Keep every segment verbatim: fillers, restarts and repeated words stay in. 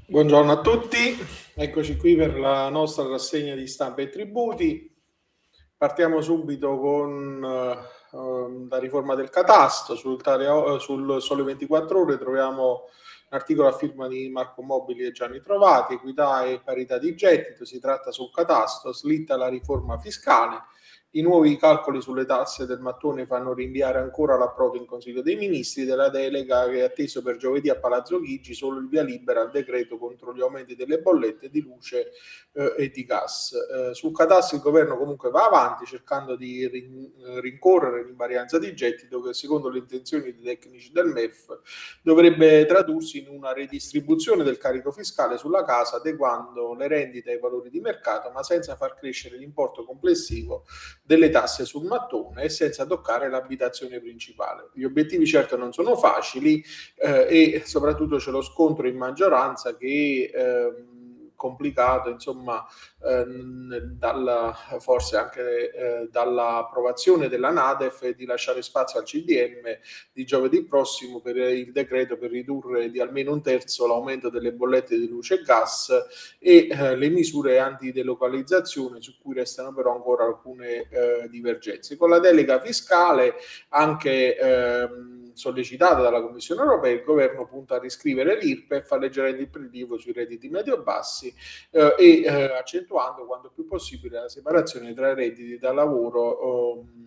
Buongiorno a tutti, eccoci qui per la nostra rassegna di stampa e tributi. Partiamo subito con uh, la riforma del catasto. Sul, sul Sole ventiquattro Ore troviamo un articolo a firma di Marco Mobili e Gianni Trovati, equità e parità di gettito. Si tratta sul catasto, slitta la riforma fiscale. I nuovi calcoli sulle tasse del mattone fanno rinviare ancora l'approdo in Consiglio dei Ministri della delega che è atteso per giovedì a Palazzo Chigi, solo il via libera al decreto contro gli aumenti delle bollette di luce eh, e di gas. Eh, sul catasto il governo comunque va avanti cercando di rin- rincorrere l'invarianza di gettito che secondo le intenzioni dei tecnici del M E F dovrebbe tradursi in una redistribuzione del carico fiscale sulla casa adeguando le rendite ai valori di mercato ma senza far crescere l'importo complessivo delle tasse sul mattone e senza toccare l'abitazione principale. Gli obiettivi certo non sono facili eh, e soprattutto c'è lo scontro in maggioranza che eh, complicato insomma ehm, dalla, forse anche eh, dall'approvazione della NADEF e di lasciare spazio al C D M di giovedì prossimo per il decreto per ridurre di almeno un terzo l'aumento delle bollette di luce e gas e eh, le misure antidelocalizzazione su cui restano però ancora alcune eh, divergenze. Con la delega fiscale anche ehm, sollecitata dalla Commissione europea, il governo punta a riscrivere l'I R P E F alleggerendo il prelievo sui redditi medio-bassi eh, e eh, accentuando quanto più possibile la separazione tra i redditi da lavoro eh,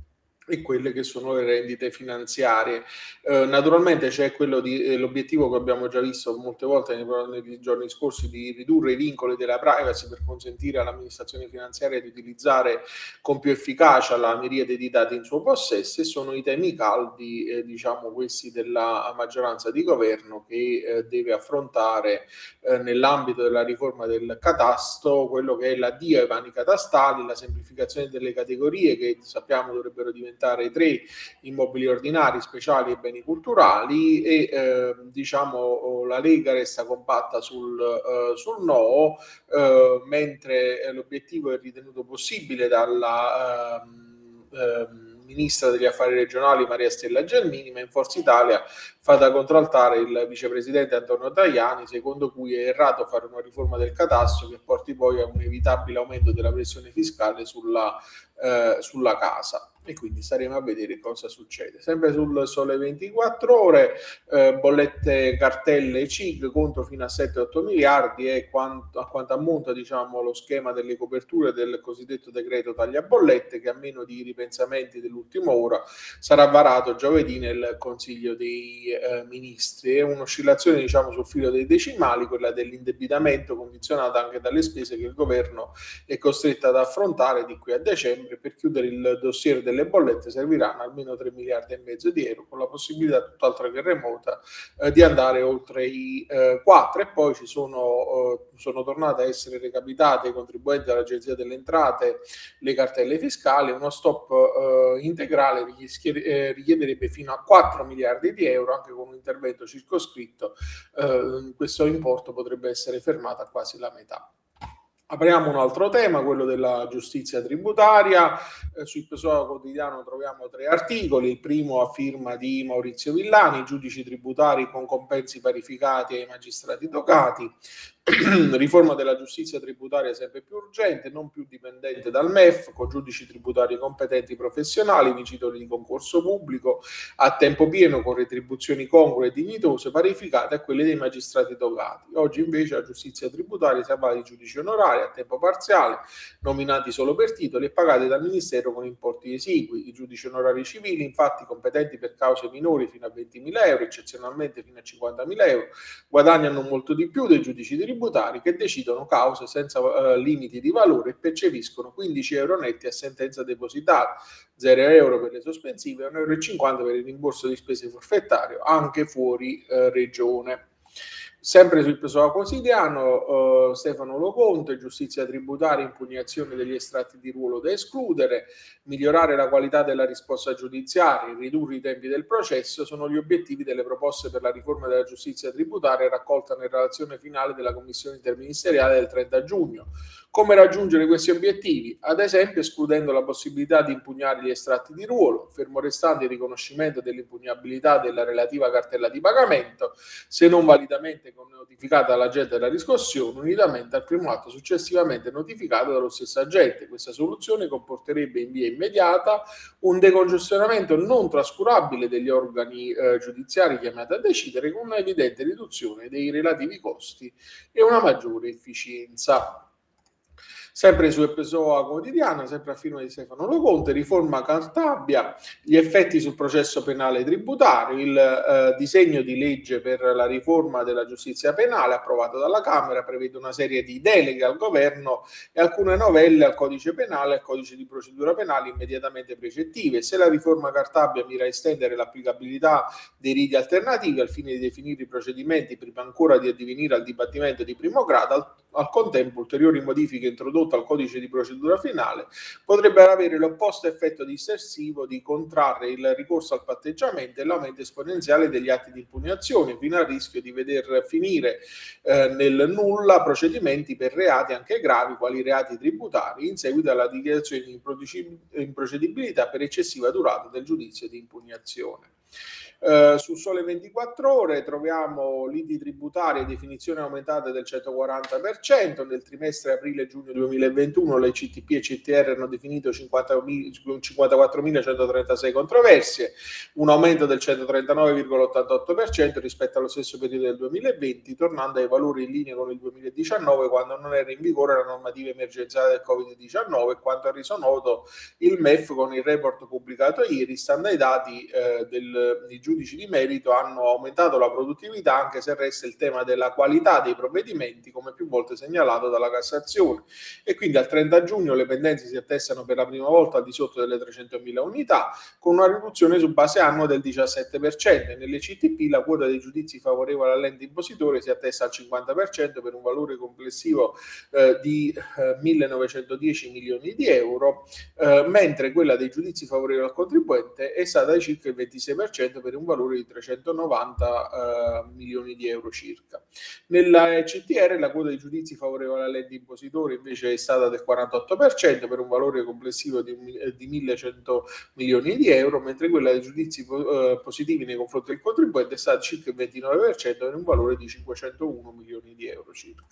e quelle che sono le rendite finanziarie. Eh, naturalmente c'è quello di, eh, l'obiettivo che abbiamo già visto molte volte nei, nei giorni scorsi di ridurre i vincoli della privacy per consentire all'amministrazione finanziaria di utilizzare con più efficacia la miriade di dati in suo possesso e sono i temi caldi, eh, diciamo questi della maggioranza di governo che eh, deve affrontare eh, nell'ambito della riforma del catasto quello che è l'addio ai vani catastali, la semplificazione delle categorie che sappiamo dovrebbero diventare tre: immobili ordinari, speciali e beni culturali e eh, diciamo la Lega resta compatta sul, eh, sul no, eh, mentre l'obiettivo è ritenuto possibile dalla eh, eh, ministra degli affari regionali Maria Stella Gelmini, ma in Forza Italia fa da contraltare il vicepresidente Antonio Tajani, secondo cui è errato fare una riforma del catasto che porti poi a un inevitabile aumento della pressione fiscale sulla, eh, sulla casa. E quindi staremo a vedere cosa succede. Sempre sul Sole ventiquattro Ore, eh, bollette, cartelle C I G conto fino a sette otto miliardi e quanto, a quanto ammonta diciamo, lo schema delle coperture del cosiddetto decreto taglia bollette che a meno di ripensamenti dell'ultima ora sarà varato giovedì nel Consiglio dei eh, Ministri. È un'oscillazione diciamo, sul filo dei decimali, quella dell'indebitamento condizionata anche dalle spese che il governo è costretto ad affrontare di qui a dicembre. Per chiudere il dossier delle bollette serviranno almeno tre miliardi e mezzo di euro con la possibilità tutt'altro che remota eh, di andare oltre i eh, quattro e poi ci sono, eh, sono tornate a essere recapitate ai contribuenti dall'Agenzia delle Entrate le cartelle fiscali. Uno stop eh, integrale eh, richiederebbe fino a quattro miliardi di euro anche con un intervento circoscritto. Eh, questo importo potrebbe essere fermato a quasi la metà. Apriamo un altro tema, quello della giustizia tributaria. Eh, sul Pessoa Quotidiano troviamo tre articoli. Il primo a firma di Maurizio Villani, giudici tributari con compensi parificati ai magistrati togati. Riforma della giustizia tributaria sempre più urgente, non più dipendente dal M E F, con giudici tributari competenti professionali, vincitori di concorso pubblico a tempo pieno con retribuzioni congrue e dignitose parificate a quelle dei magistrati togati. Oggi invece la giustizia tributaria si avvale di giudici onorari a tempo parziale, nominati solo per titoli e pagati dal Ministero con importi esigui. I giudici onorari civili, infatti, competenti per cause minori fino a ventimila euro, eccezionalmente fino a cinquantamila euro, guadagnano molto di più dei giudici tributari che decidono cause senza uh, limiti di valore e percepiscono quindici euro netti a sentenza depositata, zero euro per le sospensive e un euro e cinquanta per il rimborso di spese forfettario anche fuori uh, regione. Sempre sul Pessoa Quotidiano, uh, Stefano Loconte, giustizia tributaria, impugnazione degli estratti di ruolo da escludere, migliorare la qualità della risposta giudiziaria, ridurre i tempi del processo sono gli obiettivi delle proposte per la riforma della giustizia tributaria raccolta nella relazione finale della Commissione interministeriale del trenta giugno. Come raggiungere questi obiettivi? Ad esempio escludendo la possibilità di impugnare gli estratti di ruolo, fermo restando il riconoscimento dell'impugnabilità della relativa cartella di pagamento, se non validamente notificata all'agente della riscossione, unitamente al primo atto successivamente notificato dallo stesso agente. Questa soluzione comporterebbe in via immediata un decongestionamento non trascurabile degli organi eh, giudiziari chiamati a decidere, con una evidente riduzione dei relativi costi e una maggiore efficienza. Sempre su Episoa Quotidiana, sempre a firma di Stefano Loconte, riforma Cartabia, gli effetti sul processo penale tributario, il eh, disegno di legge per la riforma della giustizia penale approvato dalla Camera prevede una serie di deleghe al governo e alcune novelle al codice penale e al codice di procedura penale immediatamente precettive. Se la riforma Cartabia mira a estendere l'applicabilità dei riti alternativi al fine di definire i procedimenti prima ancora di addivenire al dibattimento di primo grado, al, al contempo ulteriori modifiche introdotte al codice di procedura penale potrebbero avere l'opposto effetto distorsivo di contrarre il ricorso al patteggiamento e l'aumento esponenziale degli atti di impugnazione, fino al rischio di veder finire eh, nel nulla procedimenti per reati anche gravi quali reati tributari in seguito alla dichiarazione di improcedibilità per eccessiva durata del giudizio di impugnazione. Uh, su Sole ventiquattro Ore troviamo liti tributari e definizioni aumentate del centoquaranta per cento. Nel trimestre aprile-giugno duemilaventuno le C T P e C T R hanno definito cinquantaquattromilacenotrentasei controversie, un aumento del centotrentanove virgola ottantotto per cento rispetto allo stesso periodo del duemilaventi, tornando ai valori in linea con il duemiladiciannove, quando non era in vigore la normativa emergenziale del covid diciannove, quanto ha reso noto il M E F con il report pubblicato ieri. Stando ai dati eh, del, di giudici di merito, hanno aumentato la produttività, anche se resta il tema della qualità dei provvedimenti, come più volte segnalato dalla Cassazione, e quindi al trenta giugno le pendenze si attestano per la prima volta al di sotto delle trecentomila unità, con una riduzione su base annua del diciassette per cento. Nelle C T P la quota dei giudizi favorevoli all'ente impositore si attesta al cinquanta per cento per un valore complessivo eh, di eh, millenovecentodieci milioni di euro, eh, mentre quella dei giudizi favorevoli al contribuente è stata di circa il ventisei per cento per un valore di trecentonovanta uh, milioni di euro circa. Nella C T R la quota di giudizi favorevoli all'ente impositore invece è stata del quarantotto per cento per un valore complessivo di, di millecento milioni di euro, mentre quella dei giudizi uh, positivi nei confronti del contribuente è stata circa il ventinove per cento per un valore di cinquecentouno milioni di euro circa.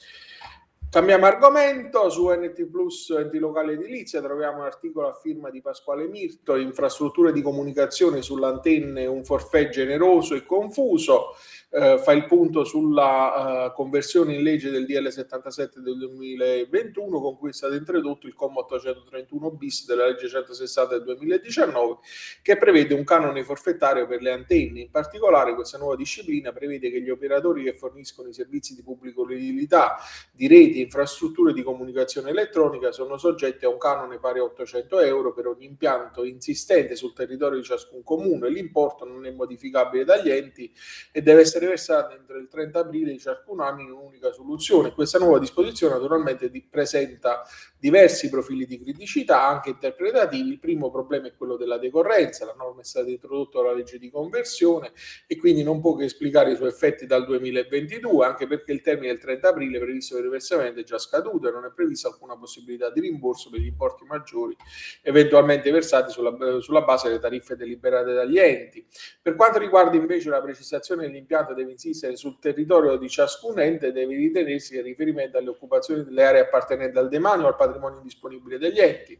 Cambiamo argomento. Su N T Plus, enti locali edilizia, troviamo un articolo a firma di Pasquale Mirto, infrastrutture di comunicazione sull'antenne, un forfait generoso e confuso. Eh, fa il punto sulla uh, conversione in legge del D L settantasette del duemilaventuno, con cui è stato introdotto il comma ottocentotrentuno bis della legge centosessanta del duemiladiciannove, che prevede un canone forfettario per le antenne. In particolare questa nuova disciplina prevede che gli operatori che forniscono i servizi di pubblica utilità di reti e infrastrutture di comunicazione elettronica sono soggetti a un canone pari a ottocento euro per ogni impianto insistente sul territorio di ciascun comune. L'importo non è modificabile dagli enti e deve essere versata entro il trenta aprile di ciascun anno in un'unica soluzione. Questa nuova disposizione naturalmente di, presenta diversi profili di criticità, anche interpretativi. Il primo problema è quello della decorrenza. La norma è stata introdotta dalla legge di conversione e quindi non può che esplicare i suoi effetti dal duemilaventidue, anche perché il termine del trenta aprile previsto per il versamento è già scaduto e non è prevista alcuna possibilità di rimborso per gli importi maggiori eventualmente versati sulla, sulla base delle tariffe deliberate dagli enti. Per quanto riguarda invece la precisazione dell'impianto deve insistere sul territorio di ciascun ente, deve ritenersi che riferimento alle occupazioni delle aree appartenenti al demanio o al patrimonio disponibile degli enti,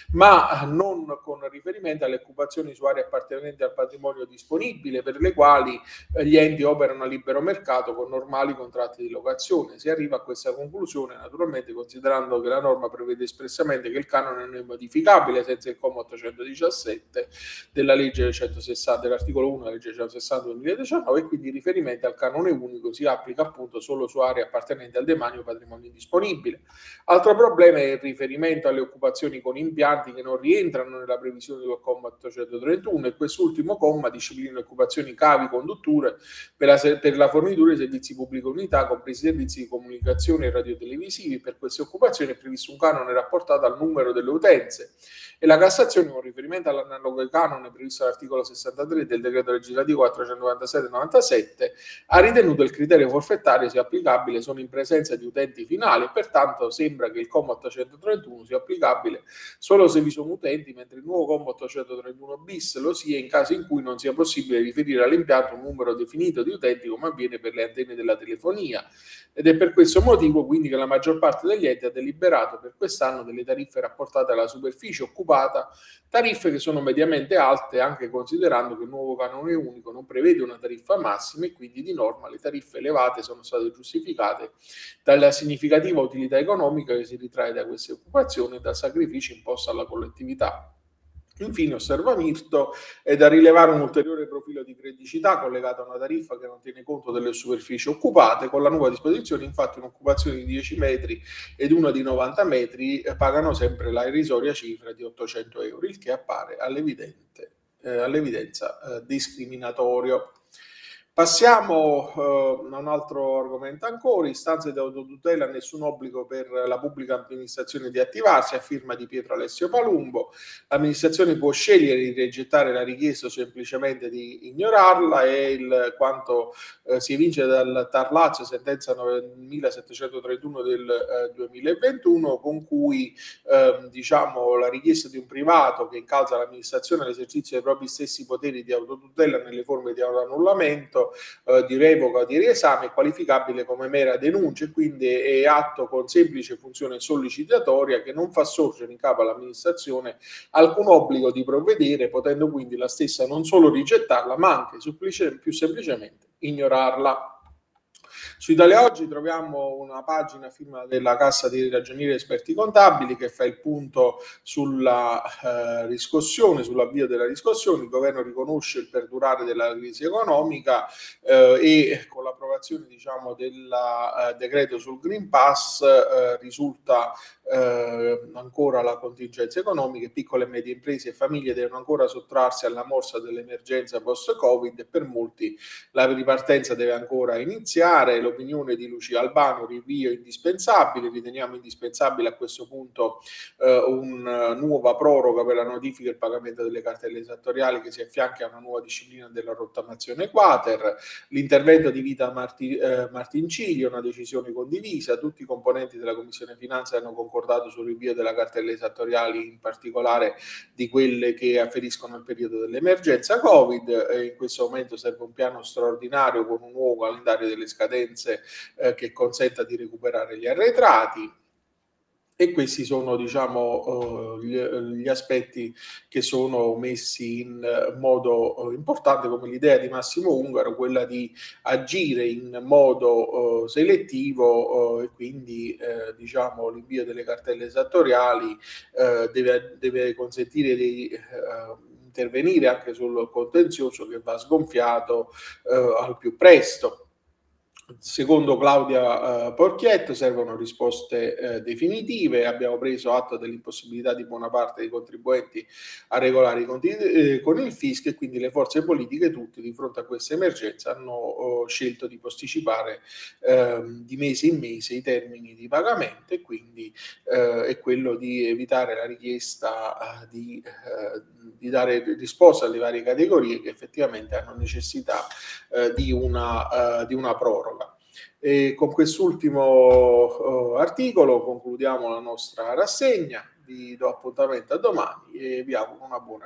ma non con riferimento alle occupazioni su aree appartenenti al patrimonio disponibile, per le quali gli enti operano a libero mercato con normali contratti di locazione. Si arriva a questa conclusione naturalmente considerando che la norma prevede espressamente che il canone non è modificabile senza il comma ottocentodiciassette della legge centosessanta, dell'articolo uno della legge centosessanta del duemiladiciannove, e quindi riferimento al canone unico si applica appunto solo su aree appartenenti al demanio o patrimonio disponibile. Altro problema è il riferimento alle occupazioni con impianti che non rientrano nella previsione del comma ottocentotrentuno, e quest'ultimo comma disciplina le occupazioni cavi, condutture per la, per la fornitura di servizi pubblica unità, compresi servizi di comunicazione e radiotelevisione televisivi. Per queste occupazioni è previsto un canone rapportato al numero delle utenze e la Cassazione, con riferimento all'analogo canone previsto all'articolo sessantatré del decreto legislativo quattrocentonovantasei del novantasette, ha ritenuto il criterio forfettario sia applicabile solo in presenza di utenti finali e pertanto sembra che il comma ottocentotrentuno sia applicabile solo se vi sono utenti, mentre il nuovo comma ottocentotrentuno bis lo sia in caso in cui non sia possibile riferire all'impianto un numero definito di utenti, come avviene per le antenne della telefonia. Ed è per questo motivo quindi che la maggior parte degli enti ha deliberato per quest'anno delle tariffe rapportate alla superficie occupata, tariffe che sono mediamente alte, anche considerando che il nuovo canone unico non prevede una tariffa massima e quindi di norma le tariffe elevate sono state giustificate dalla significativa utilità economica che si ritrae da queste occupazioni e dal sacrificio imposto alla collettività. Infine, osserva Mirto, è da rilevare un ulteriore profilo di criticità collegato a una tariffa che non tiene conto delle superfici occupate. Con la nuova disposizione, infatti, un'occupazione di dieci metri ed una di novanta metri eh, pagano sempre la irrisoria cifra di ottocento euro, il che appare all'evidente, eh, all'evidenza eh, discriminatorio. Passiamo eh, a un altro argomento ancora, istanze di autotutela, nessun obbligo per la pubblica amministrazione di attivarsi, a firma di Pietro Alessio Palumbo. L'amministrazione può scegliere di rigettare la richiesta o semplicemente di ignorarla, e il, quanto eh, si evince dal Tar Lazio, sentenza novemilasettecentotrentuno del eh, duemilaventuno, con cui eh, diciamo, la richiesta di un privato che incalza l'amministrazione all'esercizio dei propri stessi poteri di autotutela nelle forme di annullamento, Eh, di revoca o di riesame è qualificabile come mera denuncia e quindi è atto con semplice funzione sollecitatoria che non fa sorgere in capo all'amministrazione alcun obbligo di provvedere, potendo quindi la stessa non solo rigettarla ma anche semplice, più semplicemente ignorarla. Su Italia Oggi troviamo una pagina a firma della Cassa dei Ragionieri e Esperti Contabili che fa il punto sulla eh, riscossione, sull'avvio della riscossione. Il governo riconosce il perdurare della crisi economica eh, e con l'approvazione diciamo, del eh, decreto sul Green Pass eh, risulta eh, ancora la contingenza economica. Piccole e medie imprese e famiglie devono ancora sottrarsi alla morsa dell'emergenza post-Covid e per molti la ripartenza deve ancora iniziare. L'opinione di Lucia Albano: rinvio indispensabile. Riteniamo indispensabile a questo punto eh, una nuova proroga per la notifica e il pagamento delle cartelle esattoriali che si affianca a una nuova disciplina della rottamazione quater. L'intervento di Vita Marti, eh, Martinciglia, una decisione condivisa. Tutti i componenti della Commissione Finanze hanno concordato sul rinvio delle cartelle esattoriali, in particolare di quelle che afferiscono al periodo dell'emergenza Covid. Eh, in questo momento serve un piano straordinario con un nuovo calendario delle scadenze eh, che consenta di recuperare gli arretrati. E questi sono diciamo uh, gli, gli aspetti che sono messi in modo uh, importante, come l'idea di Massimo Ungaro, quella di agire in modo uh, selettivo uh, e quindi uh, diciamo l'invio delle cartelle esattoriali uh, deve, deve consentire di uh, intervenire anche sul contenzioso che va sgonfiato uh, al più presto. Secondo Claudia eh, Porchietto servono risposte eh, definitive. Abbiamo preso atto dell'impossibilità di buona parte dei contribuenti a regolare i conti eh, con il fisco e quindi le forze politiche tutte di fronte a questa emergenza hanno oh, scelto di posticipare eh, di mese in mese i termini di pagamento e quindi eh, è quello di evitare la richiesta eh, di, eh, di dare risposta alle varie categorie che effettivamente hanno necessità eh, di, una, uh, di una proroga. E con quest'ultimo uh, articolo concludiamo la nostra rassegna. Vi do appuntamento a domani e vi auguro una buona